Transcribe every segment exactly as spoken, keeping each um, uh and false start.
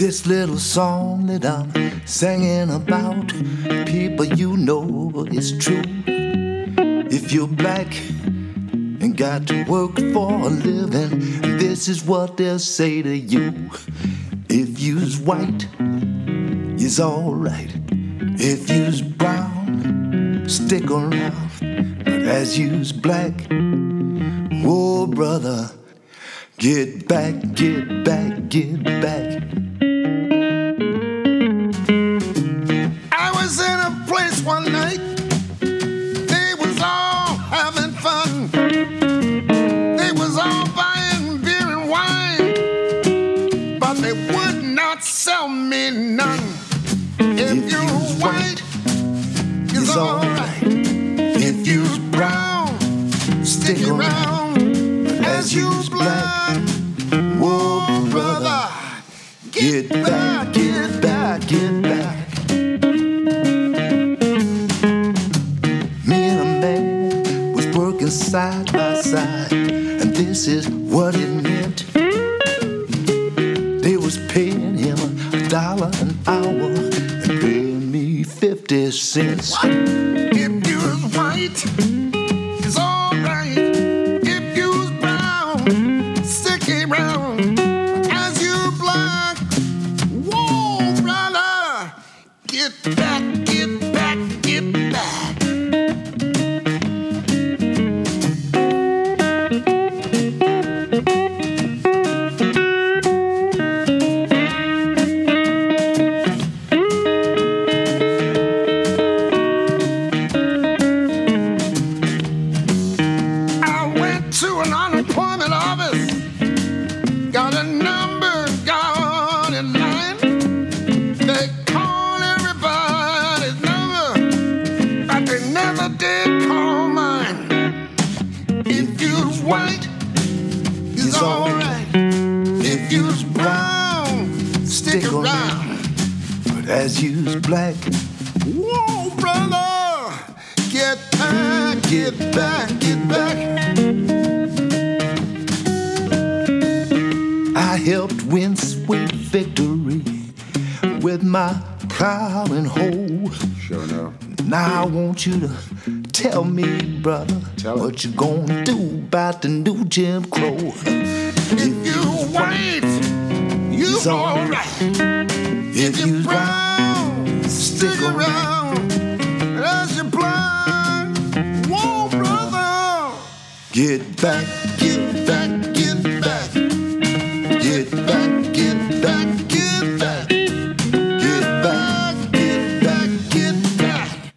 This little song that I'm singing about, people, you know it's true. If you're black and got to work for a living, this is what they'll say to you. If you's white, you's alright. If you's brown, stick around. But as you's black, oh brother, get back, get back, get back. I was in a place one night, they was all having fun. They was all buying beer and wine, but they would not sell me none. If, if you're white, it's alright. If you's brown, stick around. As you's black, whoa brother, get back, get back, get back. Me and a man was working side by side, and this is what it meant. They was paying him a dollar an hour and paying me fifty cents. What? If you was white, it's alright. If you was brown, stick around. As you black, whoa brother, get back, get back, get back. As you's black, whoa brother, get back, get back, get back. I helped win sweet victory with my plow and hoe. Sure enough. Now I want you to tell me, brother, tell what you gonna do about the new Jim Crow. If you white, you's alright. If you's brown, stick around. As you're blind, whoa brother, get back, get back, get back. Get back, get back, get back. Get back, get back, get back.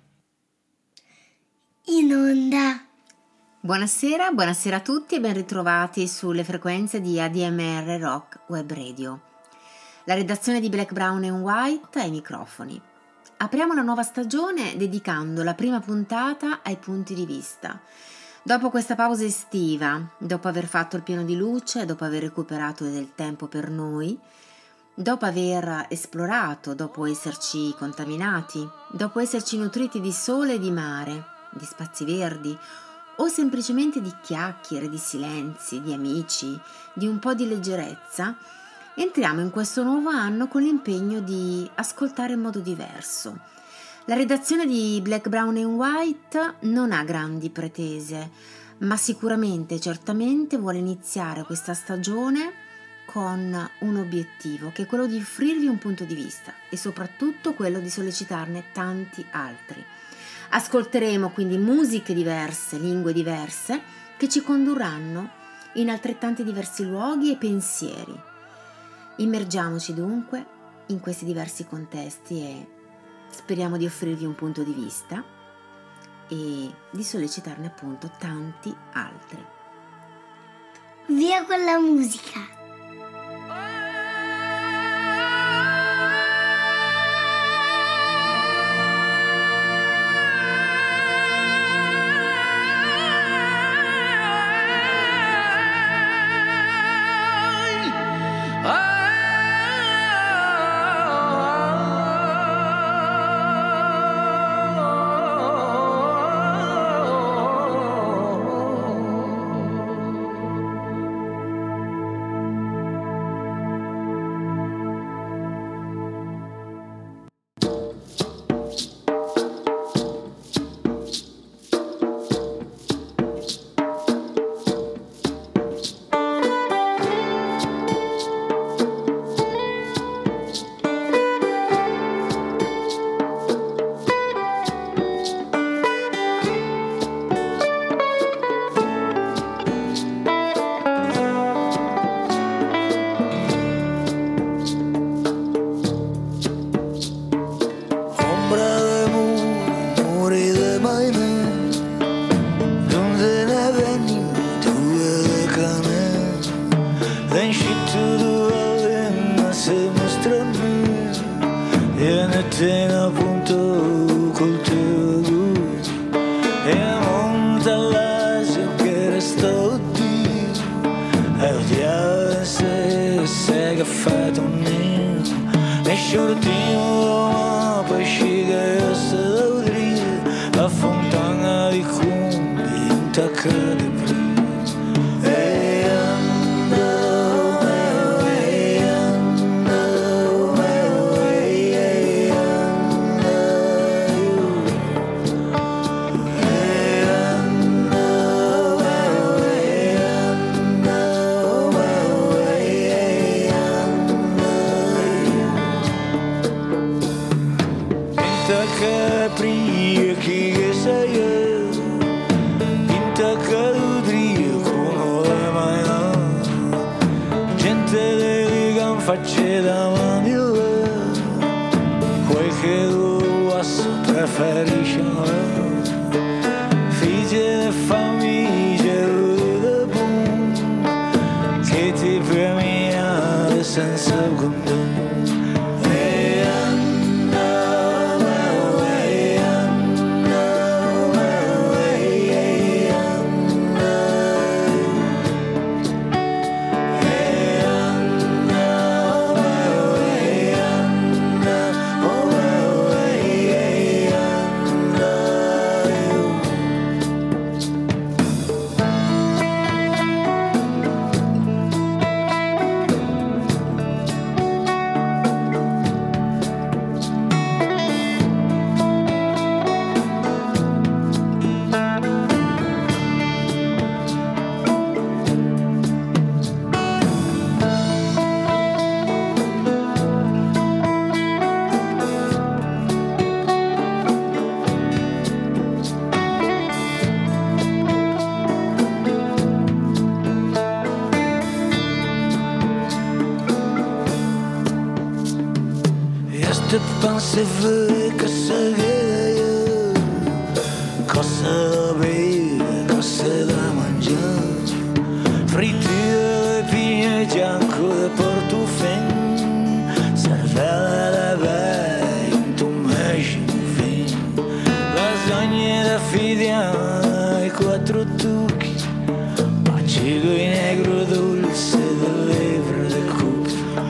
In onda. Buonasera, buonasera a tutti e ben ritrovati sulle frequenze di A D M R Rock Web Radio. La redazione di Black, Brown and White ai microfoni. Apriamo la nuova stagione dedicando la prima puntata ai punti di vista. Dopo questa pausa estiva, dopo aver fatto il pieno di luce, dopo aver recuperato del tempo per noi, dopo aver esplorato, dopo esserci contaminati, dopo esserci nutriti di sole e di mare, di spazi verdi o semplicemente di chiacchiere, di silenzi, di amici, di un po' di leggerezza, entriamo in questo nuovo anno con l'impegno di ascoltare in modo diverso. La redazione di Black, Brown and White non ha grandi pretese, ma sicuramente, certamente vuole iniziare questa stagione con un obiettivo, che è quello di offrirvi un punto di vista e soprattutto quello di sollecitarne tanti altri. Ascolteremo quindi musiche diverse, lingue diverse, che ci condurranno in altrettanti diversi luoghi e pensieri. Immergiamoci dunque in questi diversi contesti e speriamo di offrirvi un punto di vista e di sollecitarne appunto tanti altri. Via con la musica! disegna appunto col teu gusto e monta l'asio che resta oddio e odiava se segue fatto un ninno e shortino poi sciga io saudria la fontana di cumbi intacca di prima e ando e ando e ando e ando e ando capri che sei io pinta caludrio come le mai gente delica facce davanti a lei quel che lo asso preferisce figlie e famiglie da buon che ti premia senza condono. Se vuoi che io cosa da bere, cosa da mangiare fritture, pigne, gianco e portofin cervella da bere in tu macino fin lasagne da fidia e quattro tucchi pacigo in negro dolce del levre del cucco.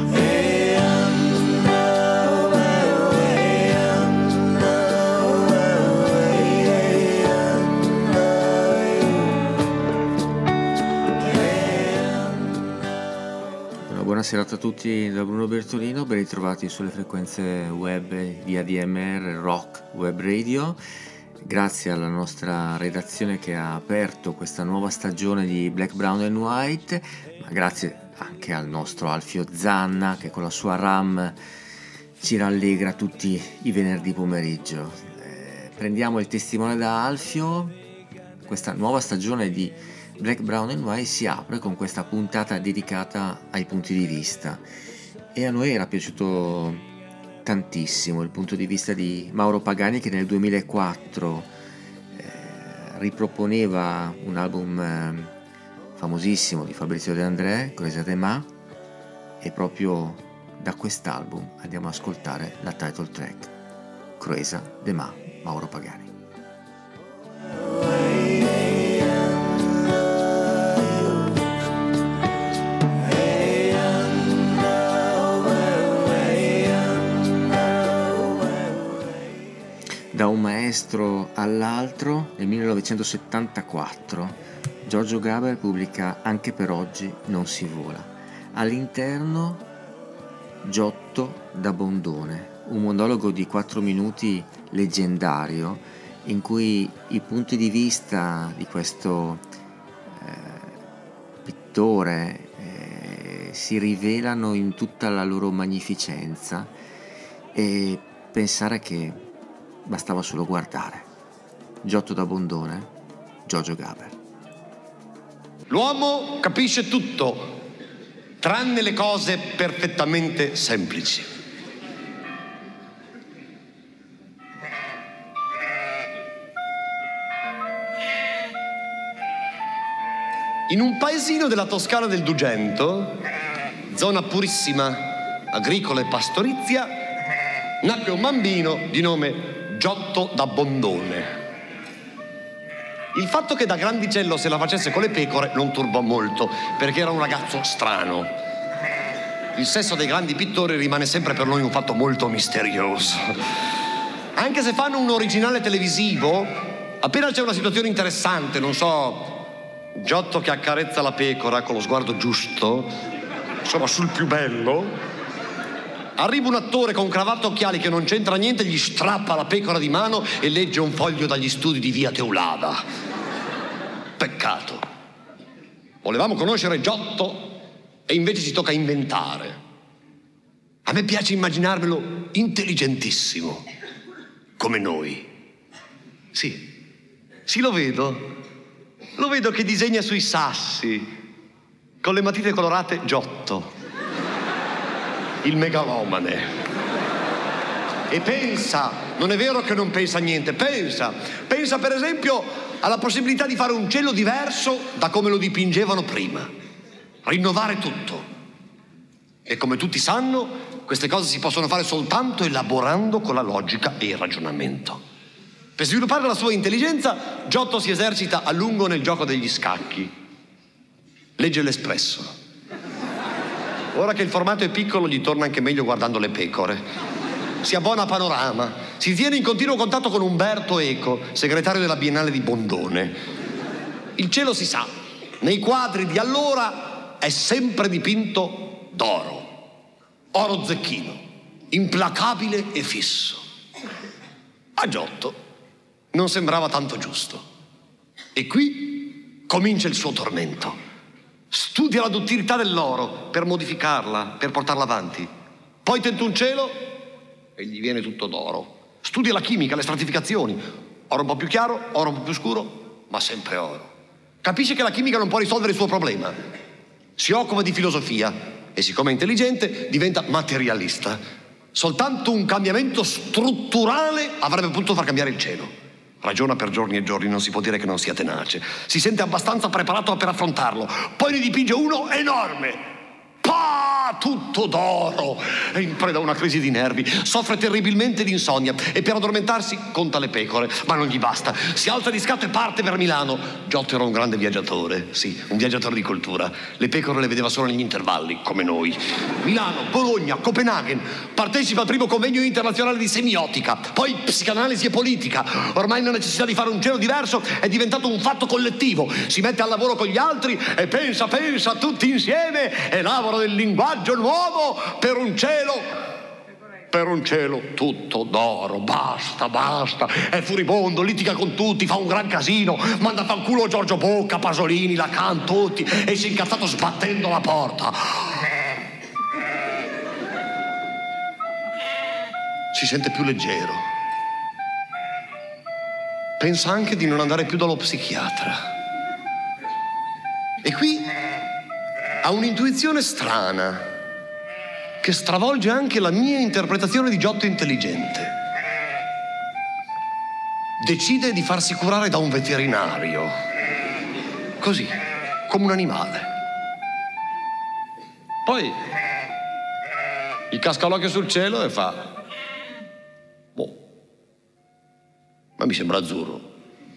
Buona serata a tutti da Bruno Bertolino, ben ritrovati sulle frequenze web di A D M R Rock Web Radio. Grazie alla nostra redazione che ha aperto questa nuova stagione di Black, Brown and White, ma grazie anche al nostro Alfio Zanna che con la sua RAM ci rallegra tutti i venerdì pomeriggio. Eh, prendiamo il testimone da Alfio. Questa nuova stagione di Black, Brown and White si apre con questa puntata dedicata ai punti di vista e a noi era piaciuto tantissimo il punto di vista di Mauro Pagani, che nel duemilaquattro eh, riproponeva un album eh, famosissimo di Fabrizio De André, Croisa de Ma, e proprio da quest'album andiamo ad ascoltare la title track, Croisa de Ma, Mauro Pagani. Da un maestro all'altro, nel millenovecentosettantaquattro Giorgio Gaber pubblica Anche per oggi non si vola. All'interno Giotto da Bondone, un monologo di quattro minuti leggendario in cui i punti di vista di questo eh, pittore eh, si rivelano in tutta la loro magnificenza, e pensare che bastava solo guardare. Giotto da Bondone, Giorgio Gaber. L'uomo capisce tutto, tranne le cose perfettamente semplici. In un paesino della Toscana del Dugento, zona purissima, agricola e pastorizia, nacque un bambino di nome Giotto da Bondone. Il fatto che da grandicello se la facesse con le pecore non turbò molto, perché era un ragazzo strano. Il sesso dei grandi pittori rimane sempre per noi un fatto molto misterioso. Anche se fanno un originale televisivo, appena c'è una situazione interessante, non so, Giotto che accarezza la pecora con lo sguardo giusto, insomma sul più bello, arriva un attore con cravatta e occhiali che non c'entra niente, gli strappa la pecora di mano e legge un foglio dagli studi di via Teulada. Peccato. Volevamo conoscere Giotto e invece ci tocca inventare. A me piace immaginarmelo intelligentissimo, come noi. Sì, sì, lo vedo. Lo vedo che disegna sui sassi, con le matite colorate Giotto, il megalomane. E pensa, non è vero che non pensa a niente, pensa. Pensa per esempio alla possibilità di fare un cielo diverso da come lo dipingevano prima. Rinnovare tutto. E come tutti sanno, queste cose si possono fare soltanto elaborando con la logica e il ragionamento. Per sviluppare la sua intelligenza, Giotto si esercita a lungo nel gioco degli scacchi. Legge l'Espresso. Ora che il formato è piccolo, gli torna anche meglio guardando le pecore. Si abbona a Panorama, si tiene in continuo contatto con Umberto Eco, segretario della Biennale di Bondone. Il cielo si sa, nei quadri di allora è sempre dipinto d'oro, oro zecchino, implacabile e fisso. A Giotto non sembrava tanto giusto. E qui comincia il suo tormento. Studia la duttilità dell'oro per modificarla, per portarla avanti. Poi tenta un cielo e gli viene tutto d'oro. Studia la chimica, le stratificazioni. Oro un po' più chiaro, oro un po' più scuro, ma sempre oro. Capisce che la chimica non può risolvere il suo problema. Si occupa di filosofia e siccome è intelligente diventa materialista. Soltanto un cambiamento strutturale avrebbe potuto far cambiare il cielo. Ragiona per giorni e giorni, non si può dire che non sia tenace. Si sente abbastanza preparato per affrontarlo. Poi ne dipinge uno enorme. Pah! Tutto d'oro. È in preda a una crisi di nervi. Soffre terribilmente di insonnia e per addormentarsi conta le pecore. Ma non gli basta. Si alza di scatto e parte per Milano. Giotto era un grande viaggiatore. Sì, un viaggiatore di cultura. Le pecore le vedeva solo negli intervalli, come noi. Milano, Bologna, Copenaghen. Partecipa al primo convegno internazionale di semiotica. Poi psicanalisi e politica. Ormai la necessità di fare un cielo diverso è diventato un fatto collettivo. Si mette al lavoro con gli altri e pensa, pensa tutti insieme, elabora del linguaggio nuovo per un cielo, per un cielo tutto d'oro. Basta, basta, è furibondo, litiga con tutti, fa un gran casino, manda a fanculo Giorgio Bocca, Pasolini, Lacan, tutti, e si è incazzato sbattendo la porta. Si sente più leggero. Pensa anche di non andare più dallo psichiatra. E qui ha un'intuizione strana che stravolge anche la mia interpretazione di Giotto intelligente. Decide di farsi curare da un veterinario, così, come un animale. Poi gli casca l'occhio sul cielo e fa: boh, ma mi sembra azzurro.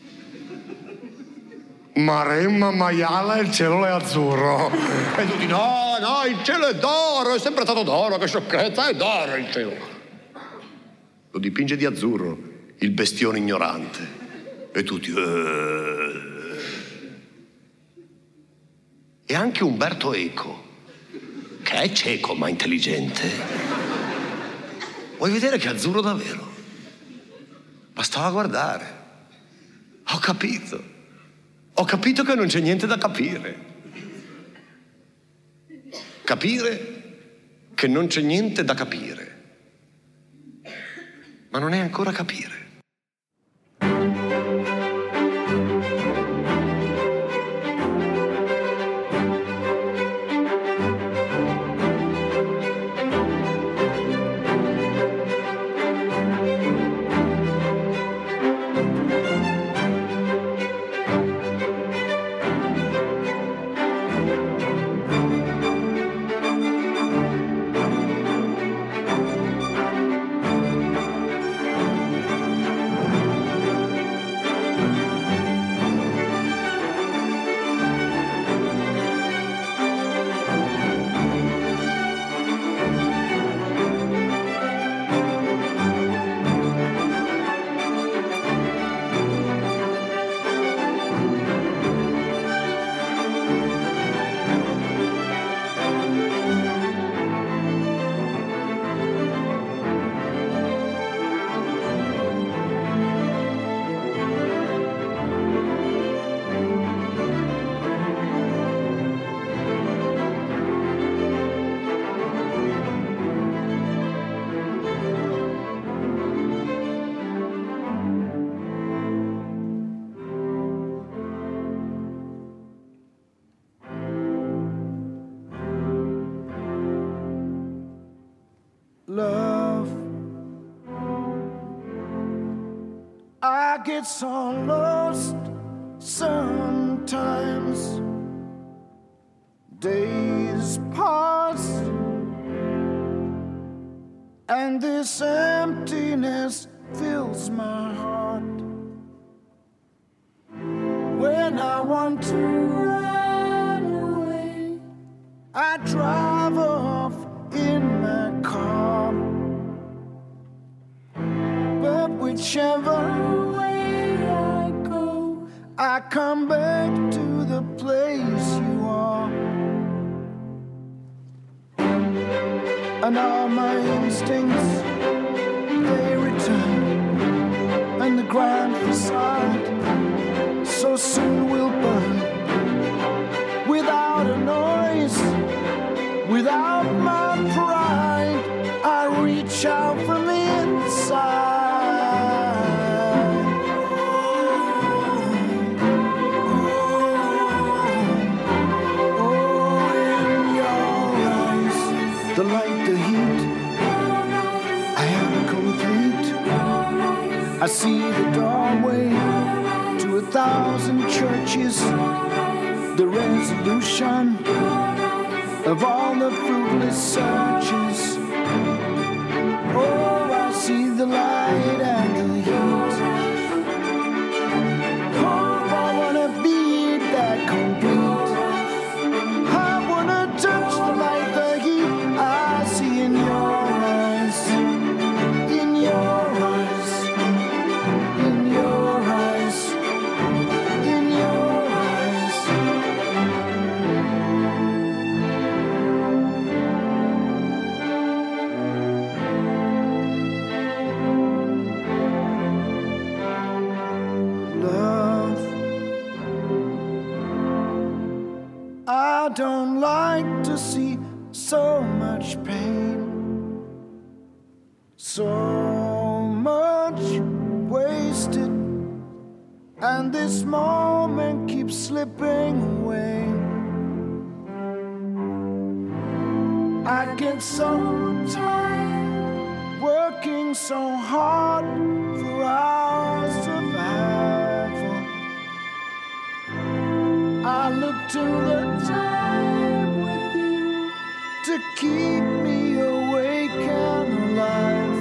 Maremma maiala, il cielo è azzurro. E tutti: no, no, il cielo è d'oro, è sempre stato d'oro, che sciocchezza, è d'oro il cielo. Lo dipinge di azzurro, il bestione ignorante. E tutti: eh. E anche Umberto Eco, che è cieco ma intelligente. Vuoi vedere che è azzurro davvero? Bastava guardare. Ho capito. Ho capito che non c'è niente da capire. Capire che non c'è niente da capire. Ma non è ancora capire. get so lost sometimes. Days pass and this emptiness fills my heart. When I want to run away, I drive off in my car. But whichever way I go, I come back to the place you are. And all my instincts, they return, and the grand facade so soon will burn. Without a noise, without my pride, I reach out from the inside. Oh, in your eyes, the light, the heat, I am complete. I see the doorway to a thousand churches, the resolution of all the fruitless searches. Oh, I see the light and the heat. Oh, I wanna be that complete. I wanna touch the light, the heat I see in your eyes, in your eyes, in your eyes, in your eyes. Love, I don't like to see so much pain, so much wasted, and this moment keeps slipping away. I get so tired, working so hard for our survival. I look to the time with you to keep me awake and alive.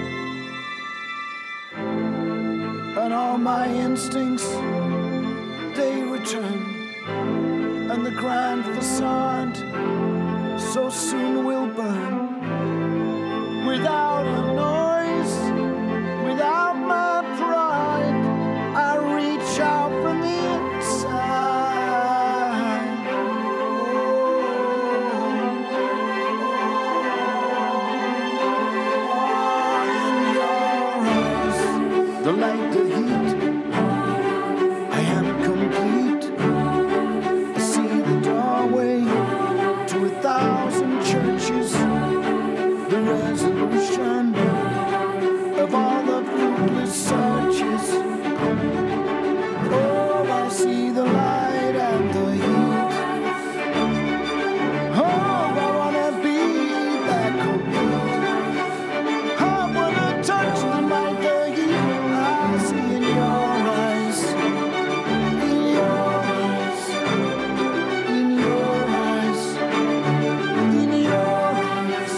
And all my instincts, they return, and the grand facade so soon will burn. Without a noise, without my pride, I reach out from the inside. Oh, in your eyes, the light, the heat, I am complete. I see the doorway to a thousand churches, the resolution of all the fruitless searches. Oh, I see the light and the heat. Oh, I wanna be that complete. I wanna touch the light, the heat I see in your eyes, in your eyes, in your eyes, in your eyes.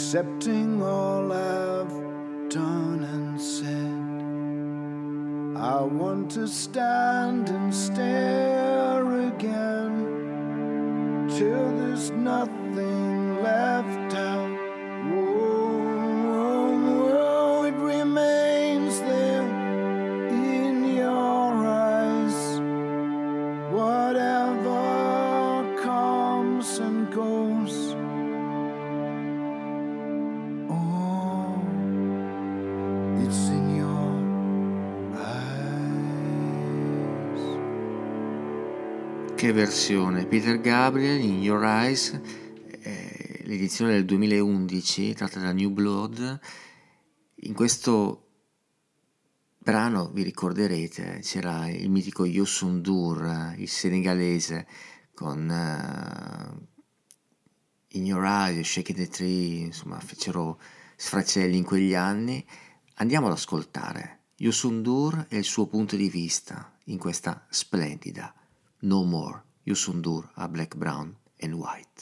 Accepting all I've done and said, I I want to stand and stare again till there's nothing left out. Whoa, whoa, whoa, it remains there in your eyes. Whatever comes and goes. Oh, it's in your Che versione? Peter Gabriel, In Your Eyes, eh, l'edizione del duemilaundici, tratta da New Blood. In questo brano, vi ricorderete, c'era il mitico Youssou N'Dour, il senegalese, con uh, In Your Eyes, Shaking the Tree, insomma, fecero sfracelli in quegli anni. Andiamo ad ascoltare Youssou N'Dour e il suo punto di vista in questa splendida No More, Youssou N'Dour a Black, Brown and White.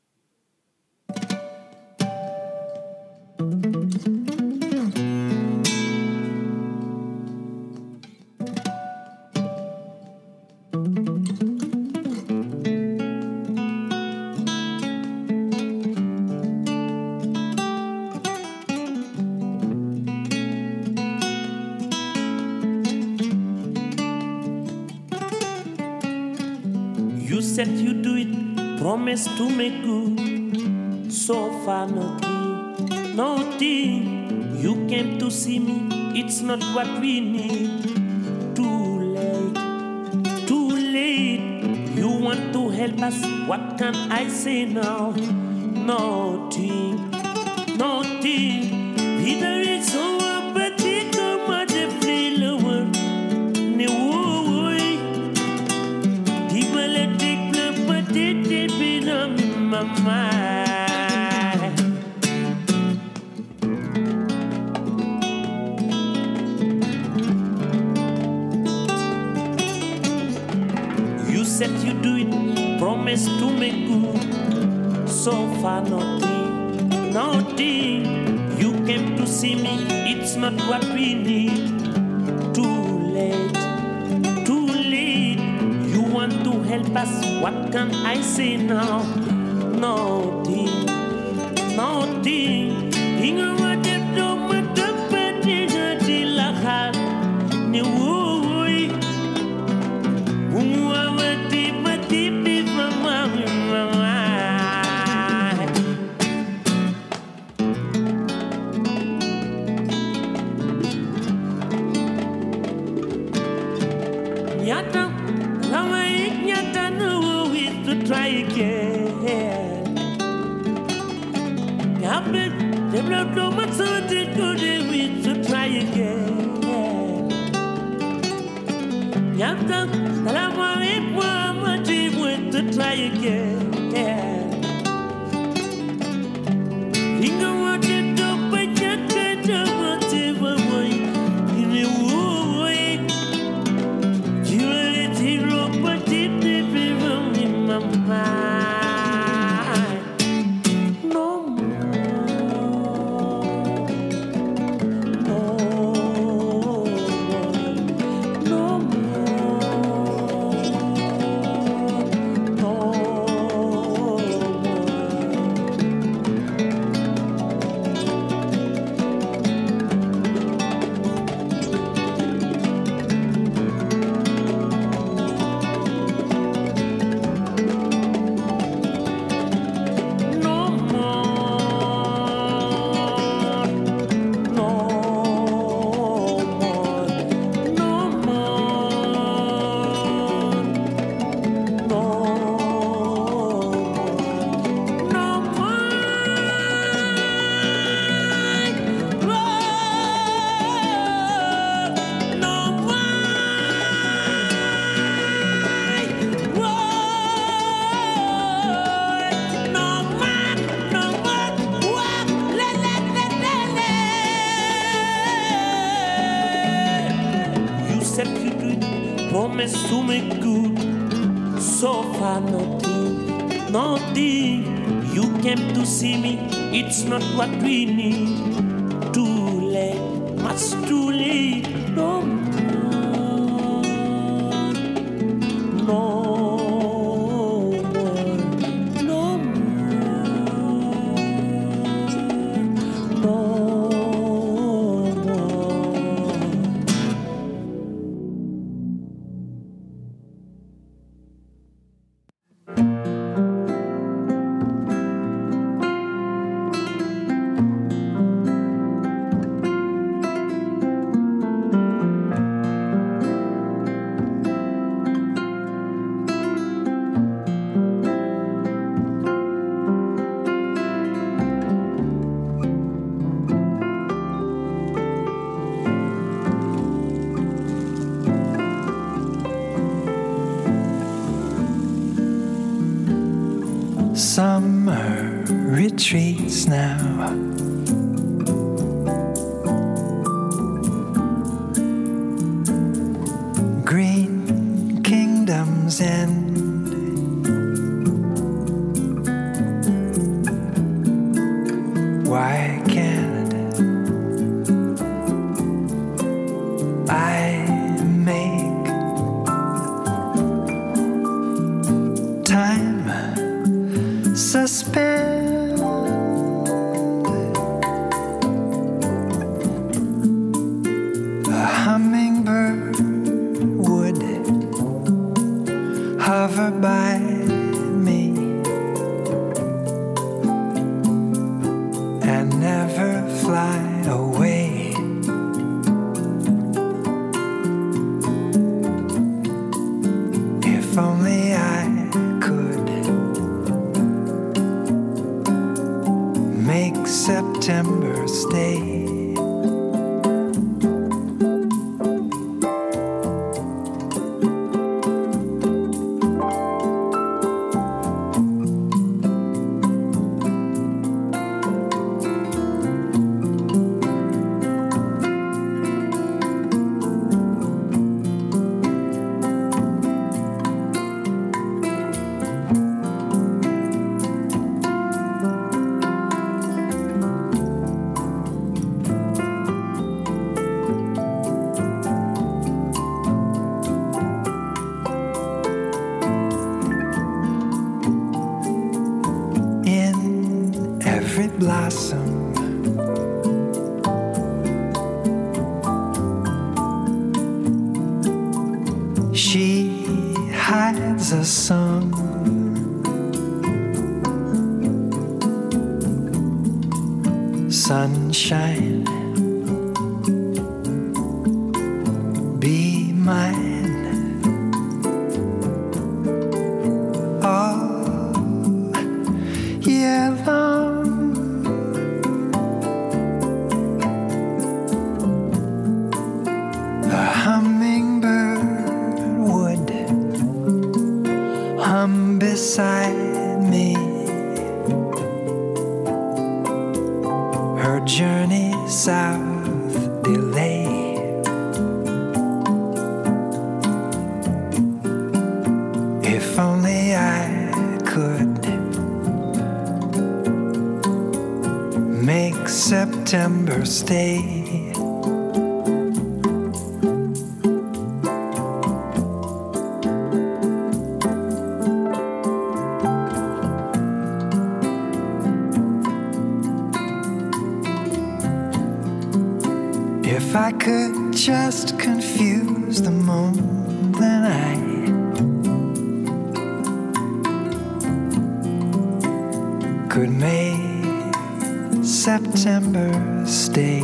You said you do it, promise to make good. So far nothing, nothing. You came to see me, it's not what we need. Too late, too late. You want to help us, what can I say now? Nothing, nothing. Either it's over, but it's over, the feel over. My mind. You said you do it, promise to make good. So far nothing, nothing. You came to see me, it's not what we need. Too late, too late. You want to help us, what can I say now? Nothing, nothing. Inga wate do matapati ngati lahar ni woi. Umwa wati pati pi mama mama. Nyata, lama ik nyata no we to try again. Happen, they blow so much so they go they with to try again. Yata, la mari po mati with to try again. Inga what you do, but you can't do what you want. In the way, you let it rock, but it didn't run in my mind. Promise to make good. So far nothing, nothing. You came to see me, it's not what we need. Too late, much too late. No more. summer retreats now. Green kingdoms end. Why can't I make time suspend? A hummingbird would hover by me and never fly away. If only I could make September stay. Blossom, she hides a song. Sunshine, be mine. All year long. Beside me, her journey south delay. If only I could make September stay. If I could just confuse the moon, then I could make September stay.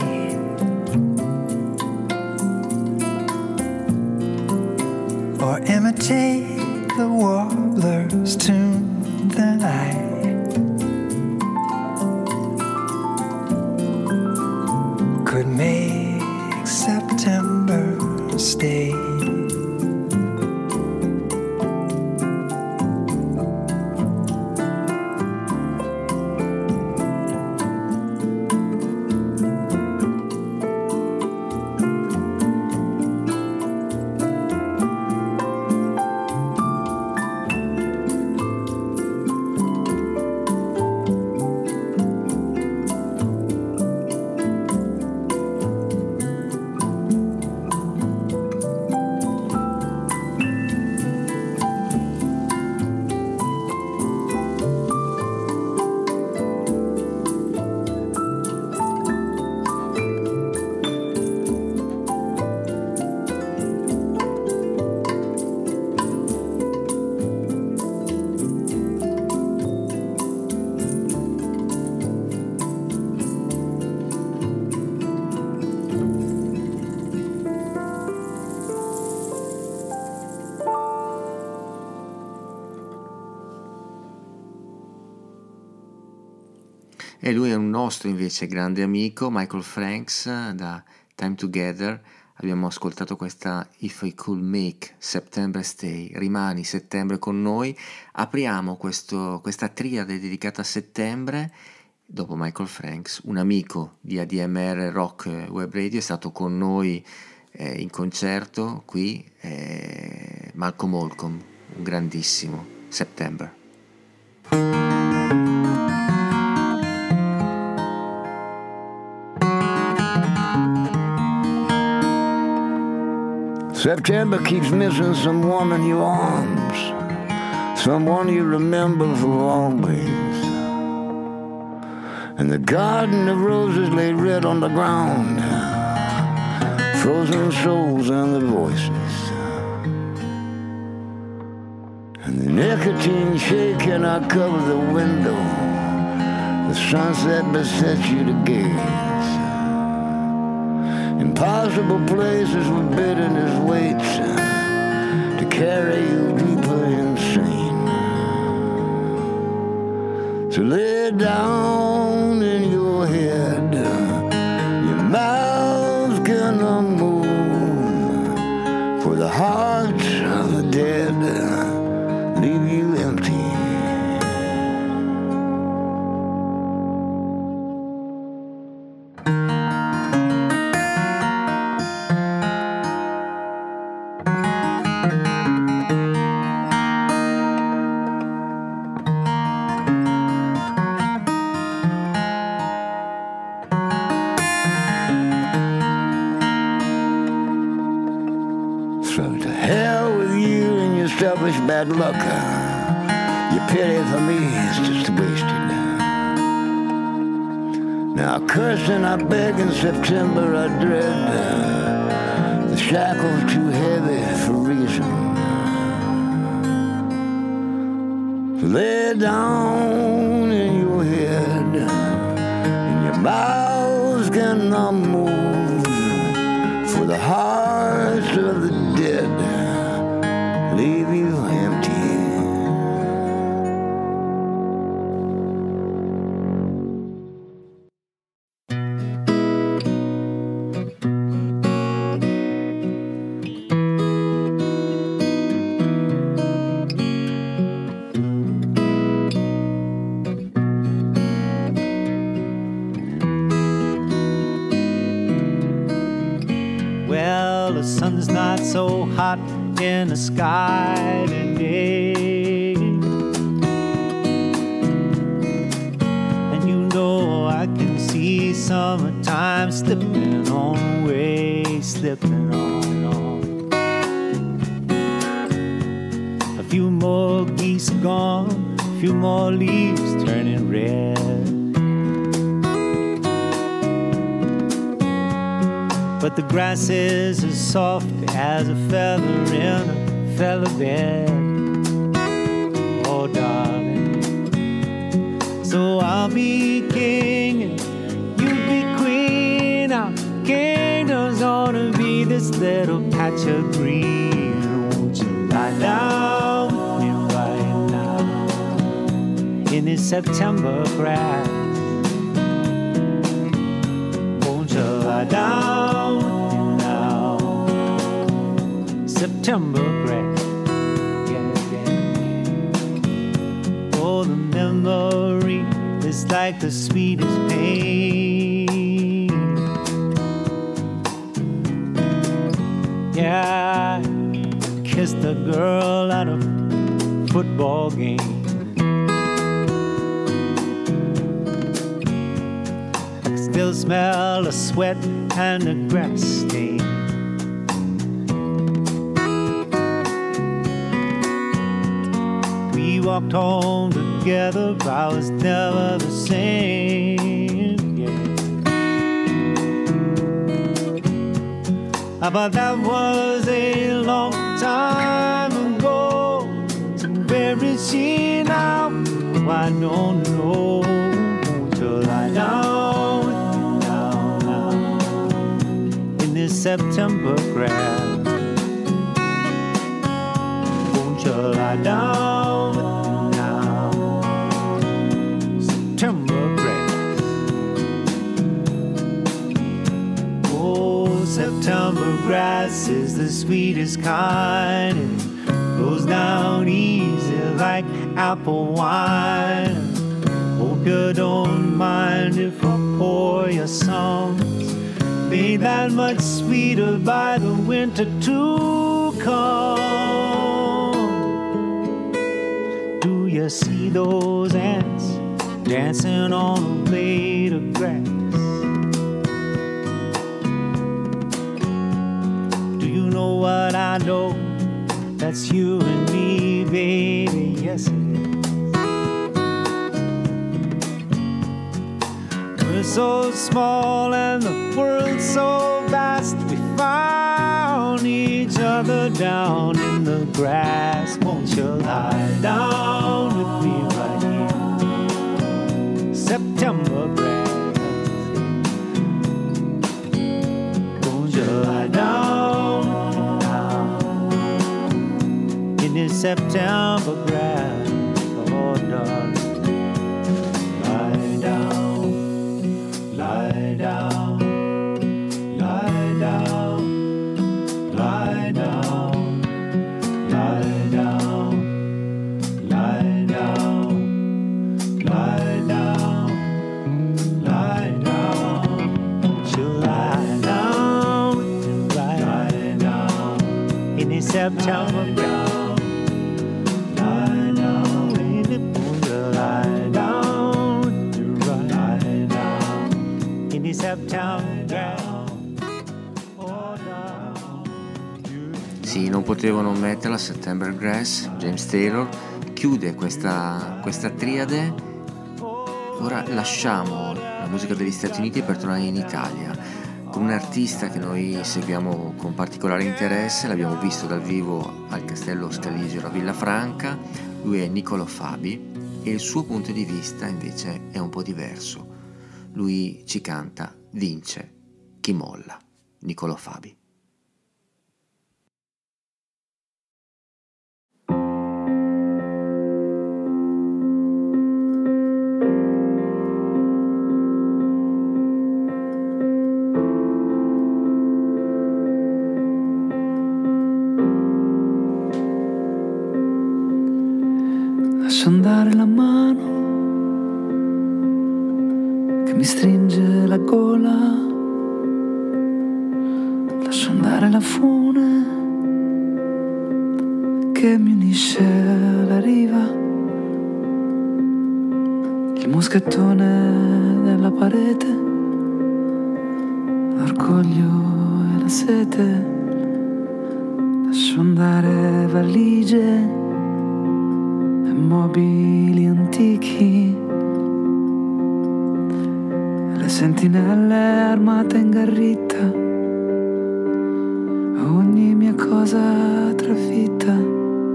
Or imitate the warbler's tune, then I could make September stay. E lui è un nostro invece grande amico, Michael Franks, da Time Together, abbiamo ascoltato questa If I Could Make September Stay, rimani settembre con noi. Apriamo questo, questa triade dedicata a settembre. Dopo Michael Franks, un amico di A D M R Rock Web Radio è stato con noi eh, in concerto qui, eh, Malcolm Holcomb, un grandissimo, September. September keeps missing someone in your arms, someone you remember for always. And the garden of roses lay red on the ground, frozen souls and the voices. And the nicotine shaking I cover the window, the sunset besets you to gaze. Impossible places where bitterness waits to carry you deeper insane. So lay down in your head, your mouth's gonna move, for the hearts of the dead leave you empty. Bad luck, your pity for me is just wasted. Now I curse and I beg in September, I dread the shackles too heavy for reason. So lay down in your head, and your mouth's gonna move, for the hearts of the dead leave you empty. Well, the sun's not so hot in the sky today, and you know I can see summertime slipping on away, slipping on, on. A few more geese gone, a few more leaves turning red. But the grass is as soft as a feather in a feather bed. Oh, darling. So I'll be king and you be queen. Our kingdom's gonna be this little patch of green. Won't you lie down with me right now in this September grass? Won't you lie down? September grass, yeah, yeah, yeah. Oh, the memory is like the sweetest pain. Yeah, I kissed a girl at a football game. I can still smell the sweat and the grass stain. Walked home together, but I was never the same, yeah. But that was a long time ago. So where is she now? Oh, I don't know. Won't you lie down, down, down in this September grass? Won't you lie down? September grass. Oh, September grass is the sweetest kind. It goes down easy like apple wine. Hope you don't mind if I pour your songs, made that much sweeter by the winter to come. Do you see those ants dancing on a blade of grass? Do you know what I know? That's you and me, baby, yes it is. We're so small and the world's so vast. We found each other down in the grass. Won't you lie down with me right here? September grass. Won't you lie down with me now in this September grass? Oh, darling. Lie down. Lie down, lie down, lie down, lie down, lie down, lie down, lie down. Won't you lie down, lie down, in the September ground. Lie down, baby, won't you lie down, lie down. Sì, non potevo non metterla. September Grass, James Taylor chiude questa, questa triade. Ora lasciamo la musica degli Stati Uniti per tornare in Italia con un artista che noi seguiamo con particolare interesse. L'abbiamo visto dal vivo al Castello Scaligero a Villafranca. Lui è Niccolò Fabi e il suo punto di vista invece è un po' diverso. Lui ci canta Vince chi molla, Niccolò Fabi. Lascio andare la mano che mi stringe la gola, lascio andare la fune che mi unisce alla riva, il moschettone della parete, l'orgoglio e la sete. Lascio andare valigie e mobili antichi, le sentinelle armate in garritta, ogni mia cosa trafitta.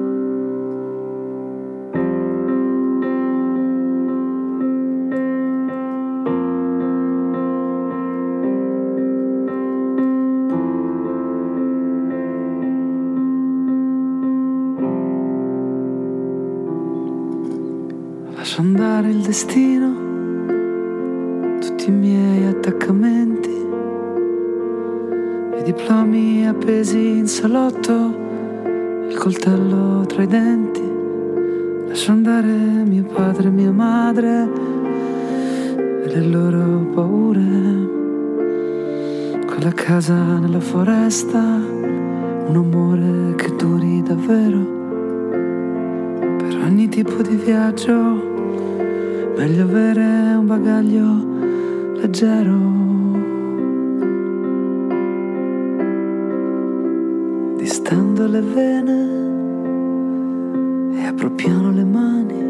Lascio andare il destino, tutti i miei attaccamenti, i diplomi appesi in salotto, il coltello tra i denti. Lascio andare mio padre e mia madre e le loro paure, quella casa nella foresta, un amore che duri davvero. Per ogni tipo di viaggio meglio avere un bagaglio leggero. Distendo le vene e apro piano le mani,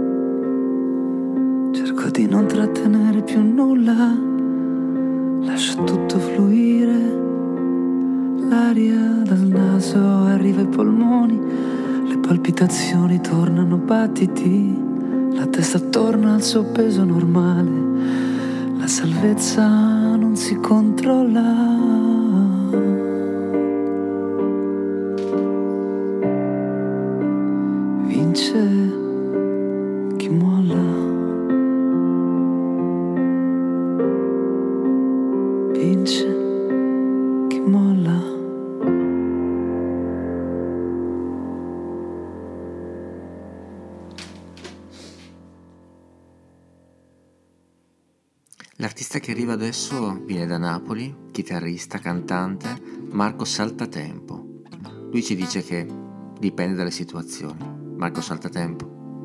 cerco di non trattenere più nulla, lascio tutto fluire, l'aria dal naso arriva ai polmoni, le palpitazioni tornano battiti, la testa torna al suo peso normale, la salvezza non si controlla. Vince chi molla, vince chi molla. L'artista che arriva adesso viene da Napoli, chitarrista, cantante, Marco Saltatempo. Lui ci dice che dipende dalle situazioni. Marco Saltatempo.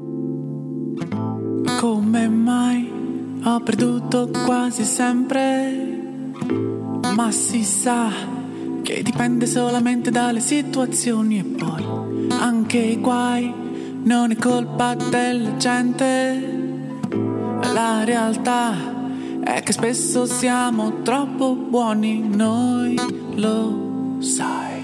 Come mai ho perduto quasi sempre, ma si sa che dipende solamente dalle situazioni, e poi anche i guai non è colpa della gente. La realtà è che spesso siamo troppo buoni, noi lo sai.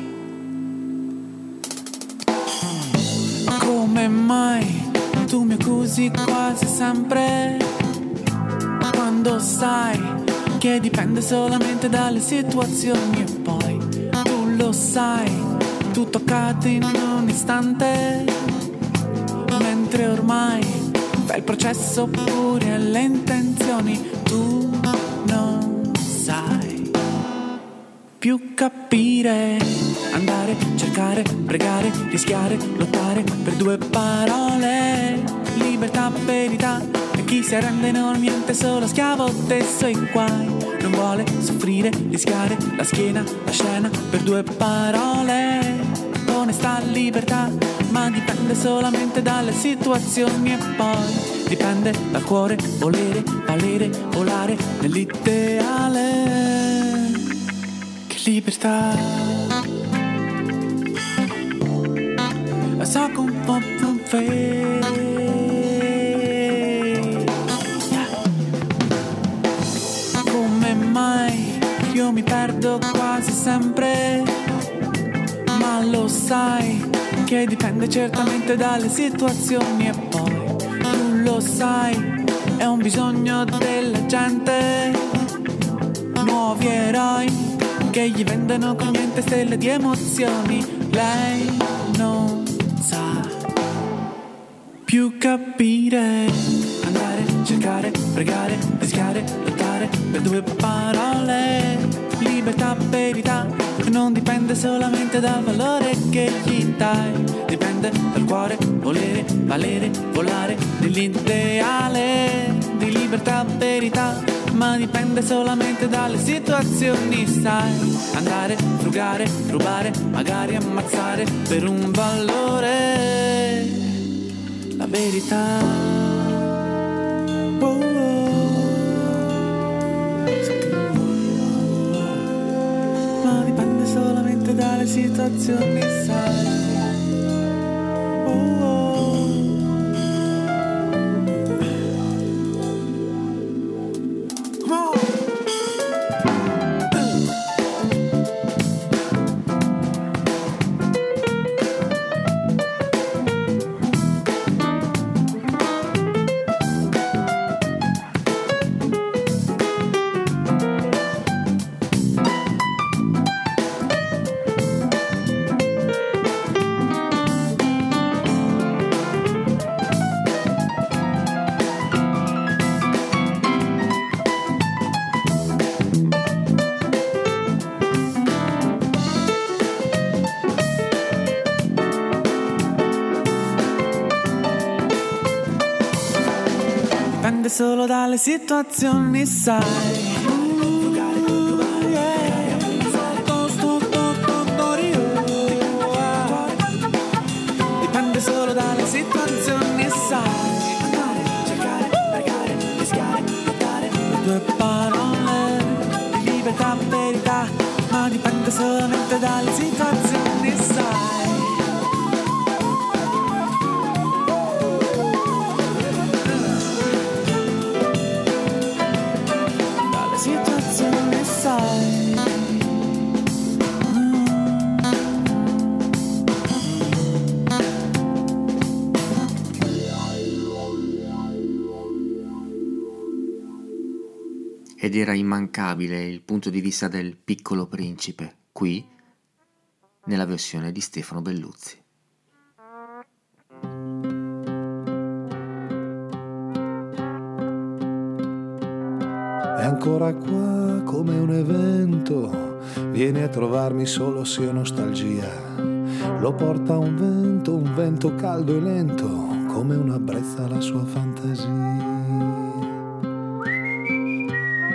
Come mai tu mi accusi quasi sempre, quando sai che dipende solamente dalle situazioni, e poi tu lo sai, tutto accade in un istante, mentre ormai fai il processo pure alle intenzioni. Tu non sai più capire, andare, cercare, pregare, rischiare, lottare per due parole, libertà, verità, e chi si arrende non niente, solo schiavo dei suoi guai, non vuole soffrire, rischiare la schiena, la scena per due parole, onestà, libertà, ma dipende solamente dalle situazioni, e poi dipende dal cuore, volere, valere, volare nell'ideale. Che libertà, la so che un po' non fai. Come mai io mi perdo quasi sempre, ma lo sai che dipende certamente dalle situazioni, e poi tu lo sai, è un bisogno della gente, nuovi eroi che gli vendono con niente stelle di emozioni. Lei non sa più capire, andare, cercare, pregare, rischiare, lottare per due parole, libertà, verità, non dipende solamente dal valore che gli dai, dipende dal cuore, volere, valere, volare nell'ideale di libertà, verità, ma dipende solamente dalle situazioni, sai, andare, frugare, rubare, magari ammazzare per un valore, la verità. Oh, oh. Ma dipende solamente dalle situazioni, sai. Oh, oh. Solo dalle situazioni, sai. Dipende solo dalle situazioni, sai. Andare, cercare, pregare, rischiare, lottare per due parole di libertà, verità, ma dipende solamente dalle situazioni, sai. Ed era immancabile il punto di vista del Piccolo Principe, qui, nella versione di Stefano Belluzzi. È ancora qua come un evento, viene a trovarmi solo se ho nostalgia. Lo porta un vento, un vento caldo e lento, come una brezza la sua fantasia.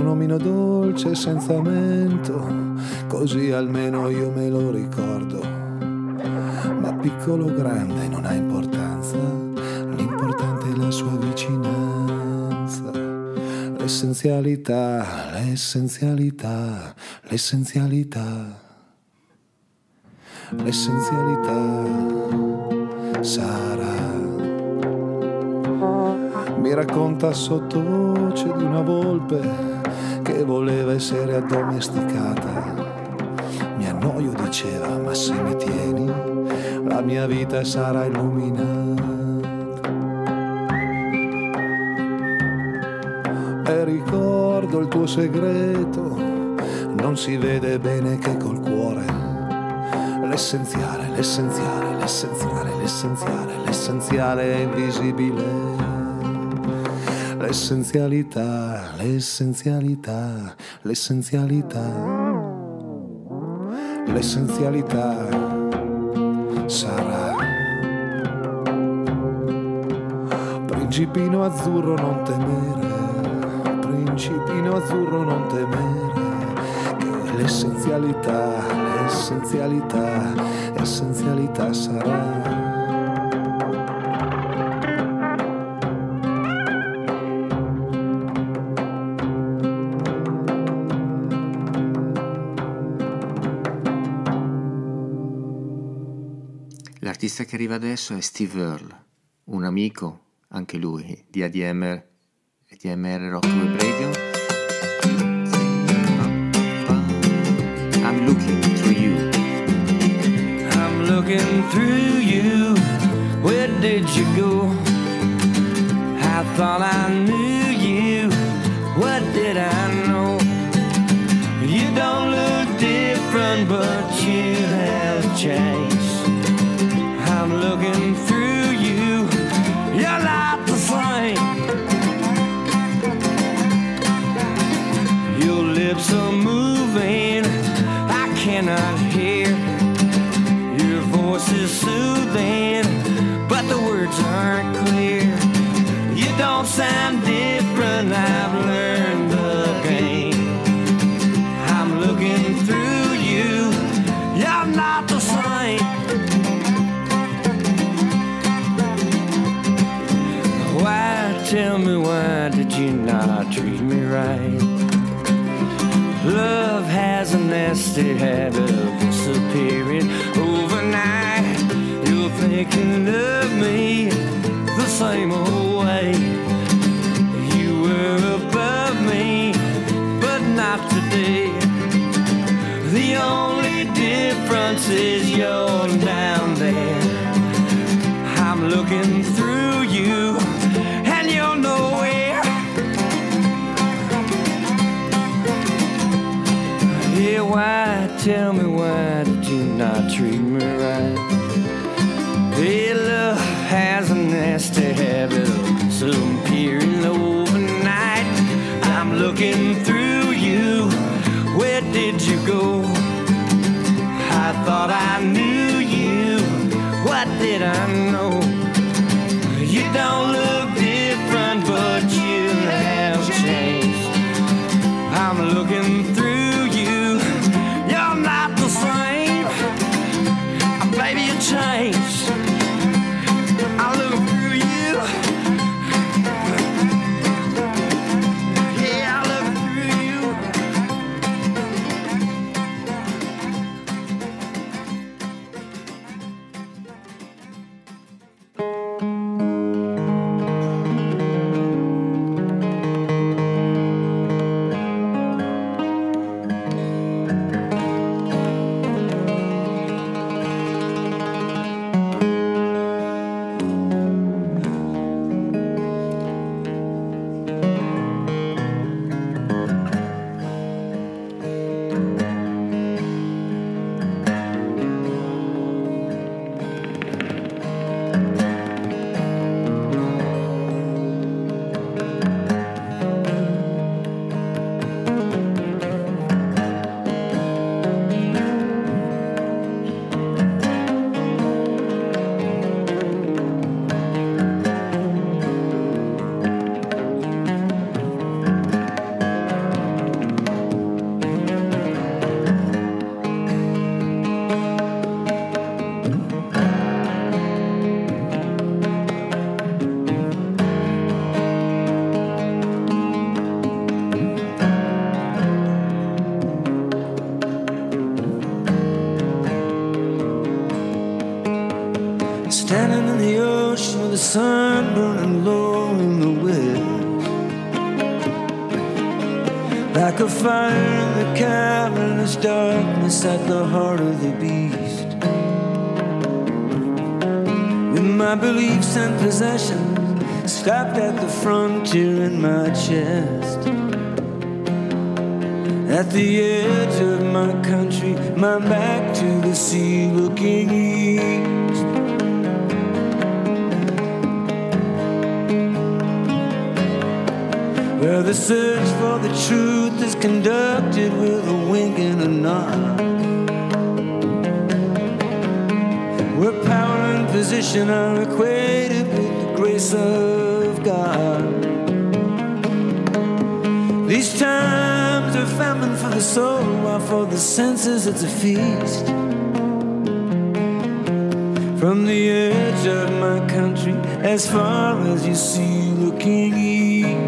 nomino dolce senza mento, così almeno io me lo ricordo. Ma piccolo o grande non ha importanza, l'importante è la sua vicinanza. L'essenzialità, l'essenzialità, l'essenzialità, l'essenzialità sarà. Mi racconta sottovoce di una volpe che voleva essere addomesticata. Mi annoio, diceva, ma se mi tieni la mia vita sarà illuminata. E ricordo il tuo segreto, non si vede bene che col cuore. L'essenziale, l'essenziale, l'essenziale, l'essenziale, l'essenziale è invisibile. L'essenzialità, l'essenzialità, l'essenzialità, l'essenzialità sarà. Principino azzurro non temere, principino azzurro non temere, che l'essenzialità, l'essenzialità, l'essenzialità sarà. L'artista che arriva adesso è Steve Earle, un amico, anche lui, di A D M R, A D M R Rock Web Radio. I'm looking through you. I'm looking through you. Where did you go? I thought I knew you. What did I know? You don't look different, but you have changed. I'm looking through you, you're not the same. Your lips are moving, I cannot hear. Your voice is soothing, but the words aren't clear. You don't sound different, I've learned the game. I'm looking through you, you're not the same. Why, tell me, why did you not treat me right? Love has a nasty habit of disappearing overnight. You're thinking of me the same old way. You were above me, but not today. The only difference is you're down there. I'm looking through you, and you're nowhere. Yeah, why, tell me, why did you not treat me right? Yeah, love has a nasty habit of disappearing overnight. I'm looking through you, where did you go? I thought I knew you, what did I know? You don't look different, but you have changed. I'm looking through you, you're not the same. Baby, you changed. I look through you. Yeah, I look through you. standing in the ocean with the sun burning low in the west, like a fire in the cavernous darkness at the heart of the beast. With my beliefs and possessions stopped at the frontier in my chest, at the edge of my country, my back to the sea looking east. Where the search for the truth is conducted with a wink and a nod, where power and position are equated with the grace of God. These times are famine for the soul, while for the senses it's a feast. From the edge of my country, as far as you see looking east,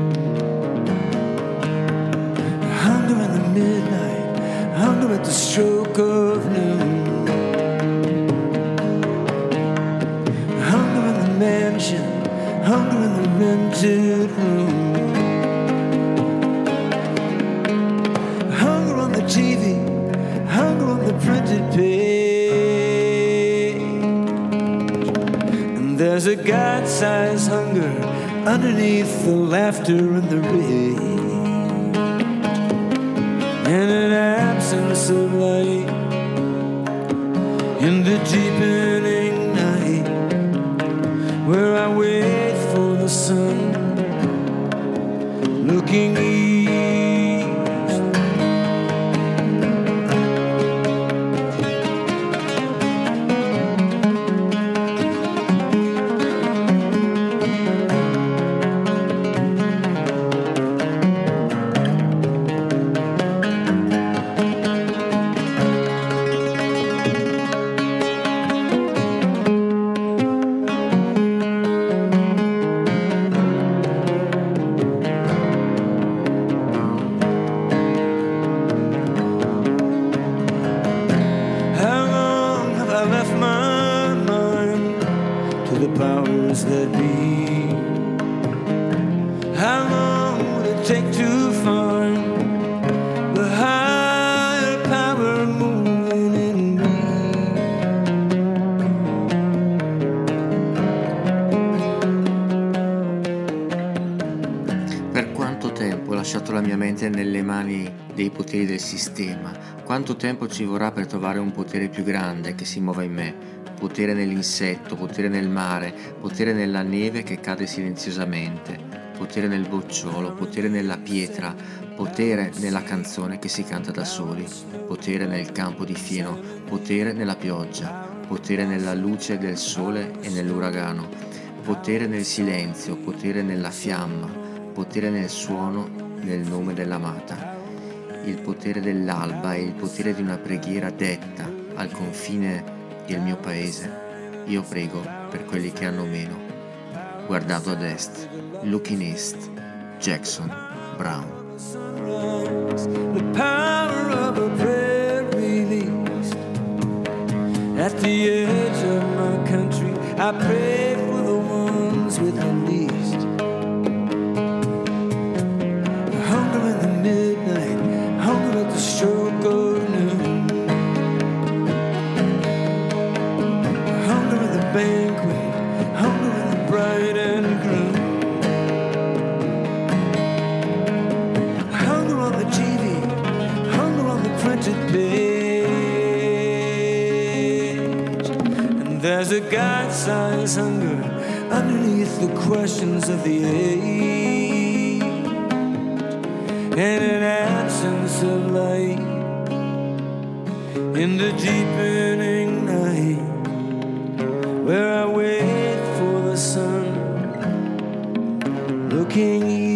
hunger in the midnight, hunger at the stroke of noon, hunger in the mansion, hunger in the rented room, T V, hunger on the printed page. And there's a God-sized hunger underneath the laughter and the rage, and an absence of light in the deepening night, where I wait for the sun looking east. Nelle mani dei poteri del sistema. Quanto tempo ci vorrà per trovare un potere più grande che si muova in me? Potere nell'insetto, potere nel mare, potere nella neve che cade silenziosamente, potere nel bocciolo, potere nella pietra, potere nella canzone che si canta da soli, potere nel campo di fieno, potere nella pioggia, potere nella luce del sole e nell'uragano, potere nel silenzio, potere nella fiamma, potere nel suono, nel nome dell'amata, il potere dell'alba e il potere di una preghiera detta al confine del mio paese. Io prego per quelli che hanno meno. Guardando ad est, looking east, Jackson Browne. The power of a prayer released at the edge of my country. I pray for the ones with the least. Hunger in the midnight, hunger at the stroke of noon, hunger in the banquet, hunger in the bride and groom, hunger on the T V, hunger on the printed page. And there's a God-sized hunger underneath the questions of the age, and an absence of light in the deepening night, where I wait for the sun looking east.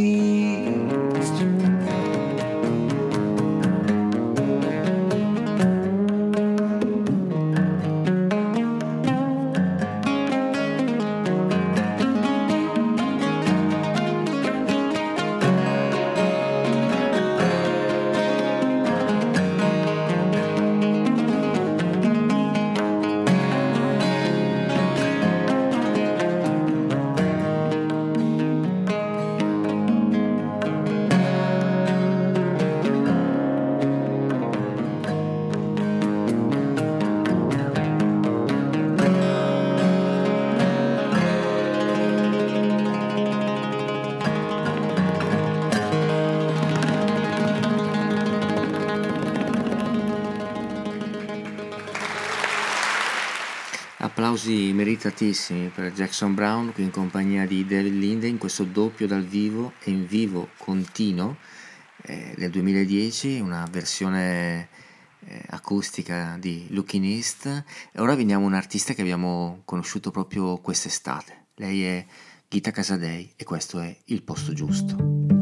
Applausi meritatissimi per Jackson Browne qui in compagnia di David Linde in questo doppio dal vivo e in vivo continuo eh, del duemiladieci, una versione eh, acustica di Looking East. E ora veniamo a un artista che abbiamo conosciuto proprio quest'estate. Lei è Ghita Casadei e questo è Il posto giusto.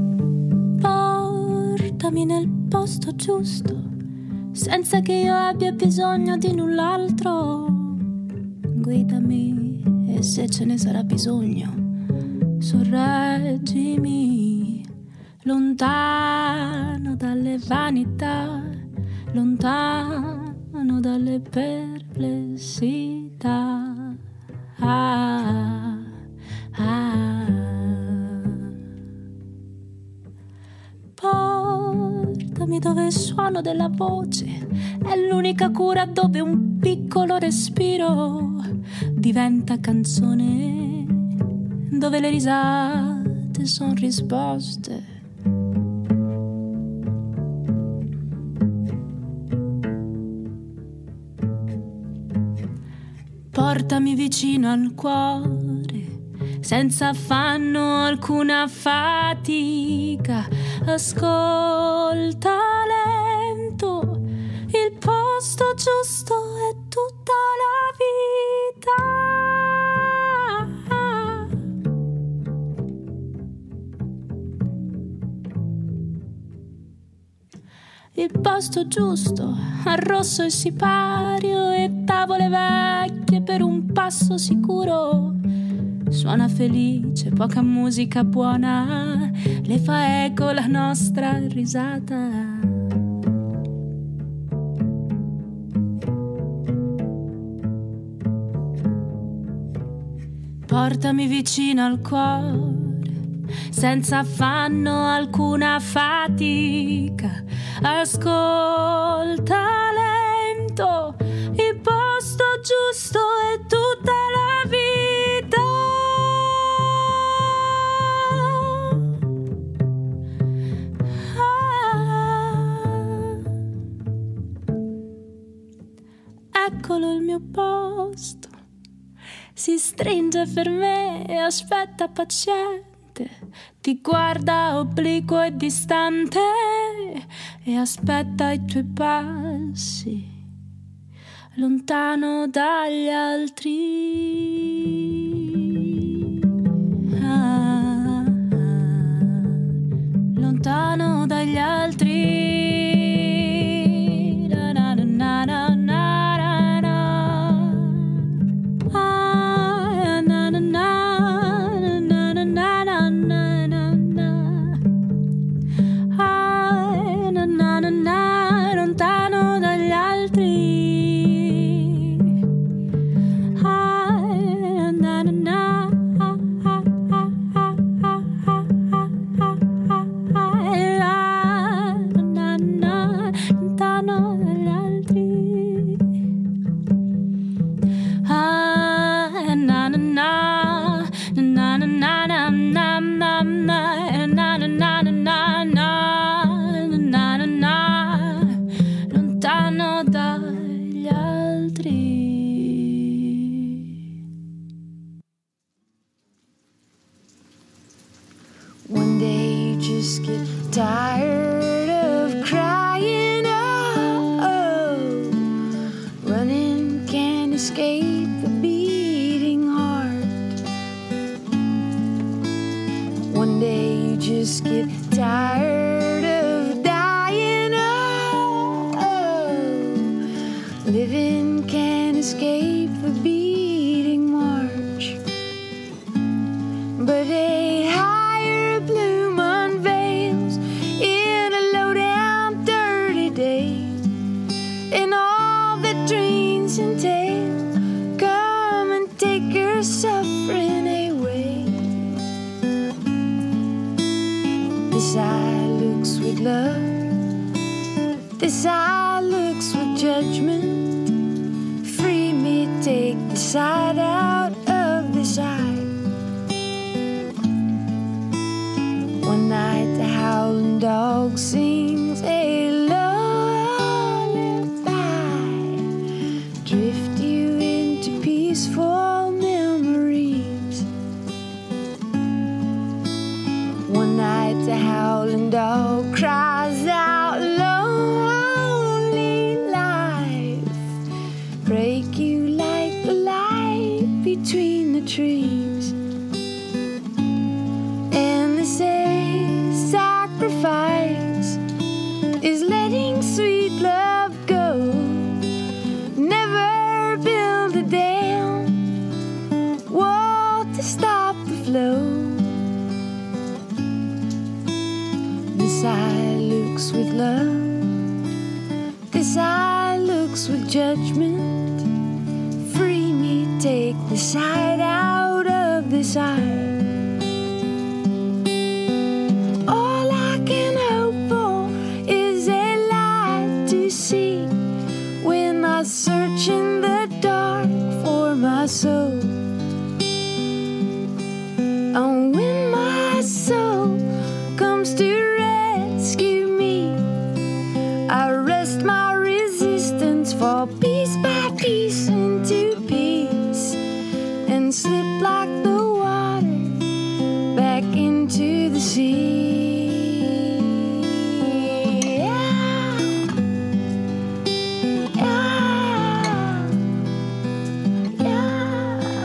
Portami nel posto giusto, senza che io abbia bisogno di null'altro. Guidami e se ce ne sarà bisogno, sorreggimi, lontano dalle vanità, lontano dalle perplessità. Ah, ah. Portami dove il suono della voce è l'unica cura, dove un piccolo respiro diventa canzone, dove le risate son risposte. Portami vicino al cuore, senza affanno, alcuna fatica. Ascolta lento, il posto giusto è tutta la vita. Il posto giusto, arrosso e sipario e tavole vecchie per un passo sicuro. Suona felice, poca musica buona, le fa eco la nostra risata. Portami vicino al cuore, senza affanno, alcuna fatica. Ascolta lento, il posto giusto è tutta la vita. Ah, eccolo il mio posto, si stringe per me e aspetta paziente. Ti guarda obliquo e distante e aspetta i tuoi passi, lontano dagli altri. Ah, ah, lontano dagli altri. Na, na, na, na, na, na, na. Ah, na, na, na. Lontano dagli altri. Ah, na, na, na. Ah, ah, ah, ah, ah, ah, ah, ah, na, na, lontano dagli altri. Ah, na, na, na, na, na, na, na, na, na, na, na, na, na, na. Dagli altri. One day you just get tired of crying. Oh, oh. Running can't escape the beating heart. One day you just get tired of dying. Oh, oh. Living can't escape the beating march. But a higher bloom unveils in a low-down dirty day, and all the dreams entail come and take your suffering away. This eye looks with love, this eye looks with judgment. Free me, take the side out of this eye. One night the howling dog sings a lullaby, drift you into peace between the trees. And they say sacrifice is letting sweet love go. Never build a dam, wall to stop the flow. This eye looks with love, this eye looks with judgment. Free me, take the side out of this eye. All I can hope for is a light to see when I search in the dark for my soul. And when my soul comes to rescue me, I rest my resistance, fall piece by piece into peace, and slip like the water back into the sea. Yeah. Yeah. Yeah.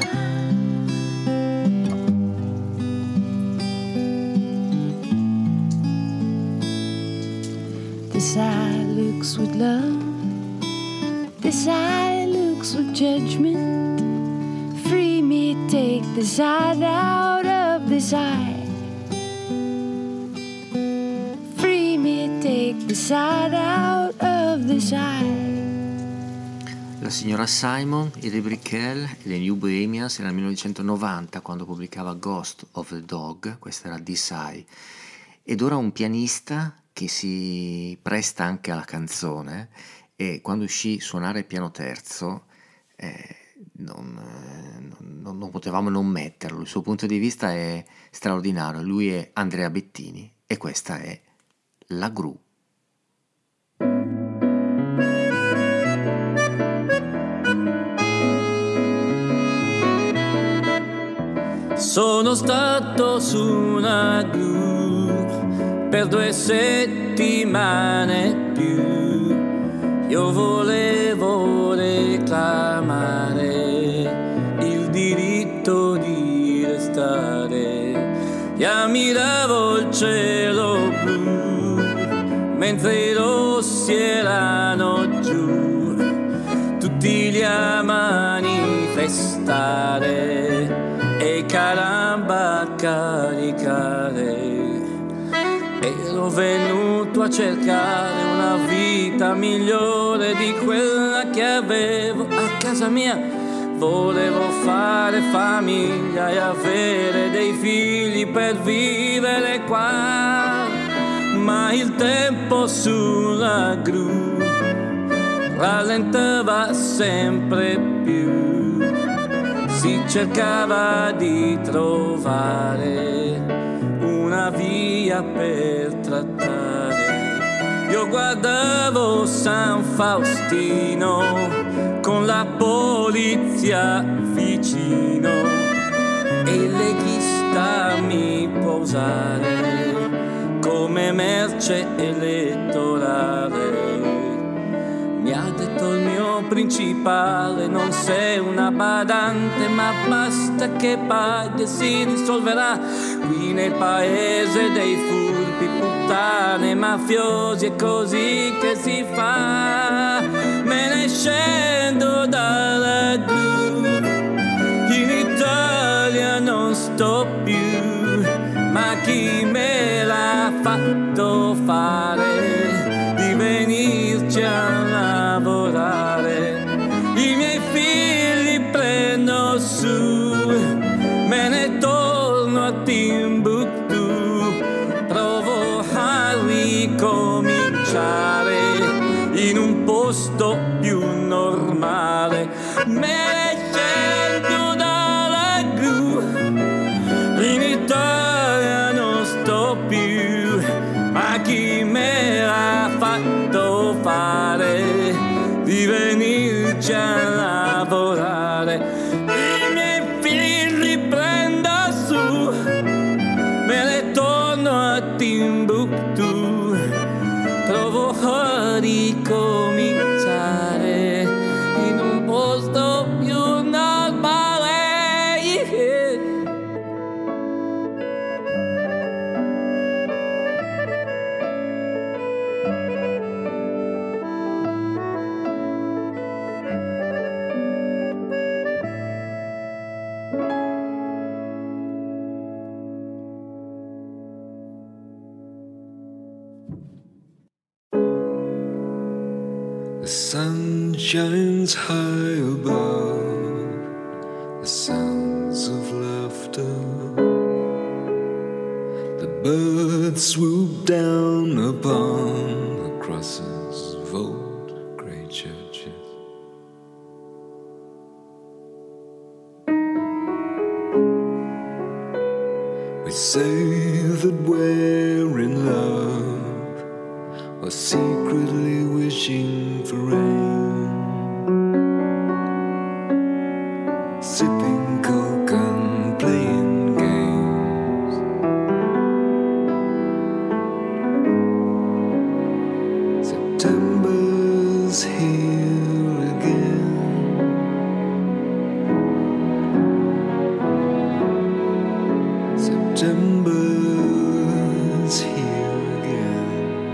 This eye looks with love, this eye looks with judgment. Free me, take the side out of this eye. Free me, take the side out of this eye. La signora Simon, i Brickell e le New Bohemians era nel millenovecentonovanta quando pubblicava Ghost of the Dog, questa era This Eye, ed ora un pianista che si presta anche alla canzone, e quando uscì suonare piano terzo eh, non, non, non potevamo non metterlo. Il suo punto di vista è straordinario. Lui è Andrea Bettini e questa è La Gru. Sono stato su una gru per due settimane e più. Io volevo reclamare il diritto di restare. E ammiravo il cielo blu mentre i rossi erano giù, tutti lì a manifestare e caramba a caricare. Ero venuto a cercare una vita migliore di quella che avevo a casa mia. Volevo fare famiglia e avere dei figli per vivere qua. Ma il tempo sulla gru rallentava sempre più. Si cercava di trovare una via per trattare. Io guardavo San Faustino con la polizia vicino e il leghista mi può usare come merce elettorale. Mi ha detto il mio principale: non sei una badante, ma basta che paghi e si risolverà. Qui nel paese dei furbi, puttane, mafiosi, è così che si fa. Me ne scendo dalla gru, in Italia non sto più, ma chi me l'ha fatto fare di venirci a lavorare? I miei figli prendo su, me ne torno a Timbuktu, provo a ricominciare in un posto più normale. Me ne scendo dalla gru, in Italia non sto più, ma chi me l'ha fatto fare di venirci a lavorare? I miei figli prendo su, me ne torno a Timbuktu, provo a ricominciare in un posto più normale. shines high above the sounds of laughter. The birds swoop down upon the crosses, vault great churches. We say that we're in love, or secretly wishing for rain, sipping coke and playing games. September's here again. September's here again.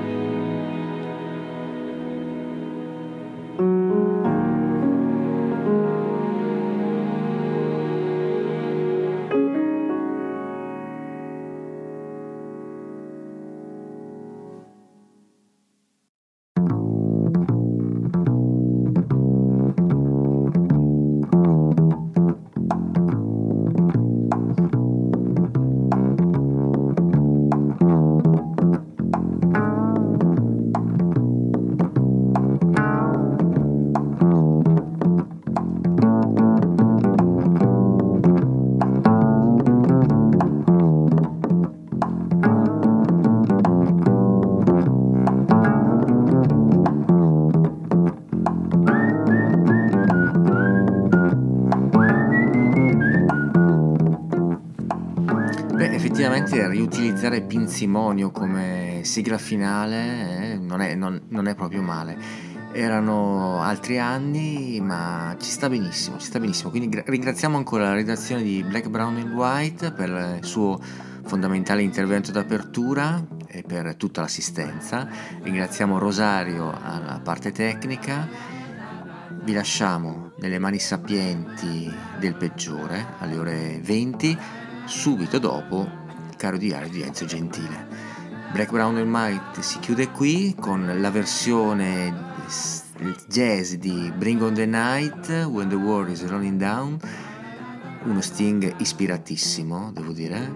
Riutilizzare Pinzimonio come sigla finale eh, non, è, non, non è proprio male. Erano altri anni, ma ci sta benissimo, ci sta benissimo. Quindi gra- ringraziamo ancora la redazione di Black, Brown and White per il suo fondamentale intervento d'apertura e per tutta l'assistenza. Ringraziamo Rosario alla parte tecnica. Vi lasciamo nelle mani sapienti del peggiore alle ore venti, subito dopo Caro diario di Enzo Gentile. Black, Brown and White si chiude qui con la versione jazz di Bring on the Night, When the World is Rolling Down, uno Sting ispiratissimo, devo dire.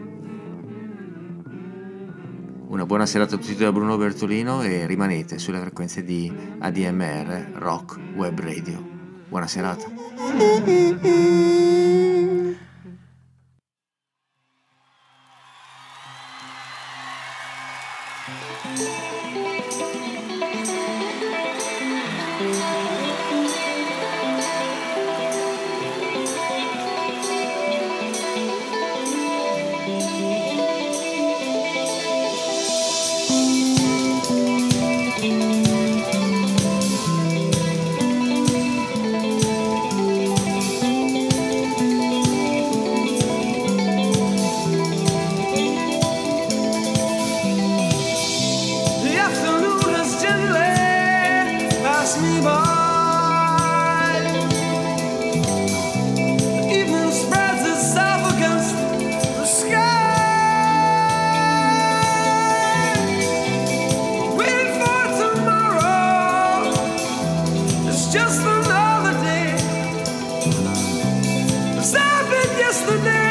Una buona serata a tutti da Bruno Bertolino e rimanete sulle frequenze di A D M R Rock Web Radio. Buona serata. Just another day. Sad yesterday.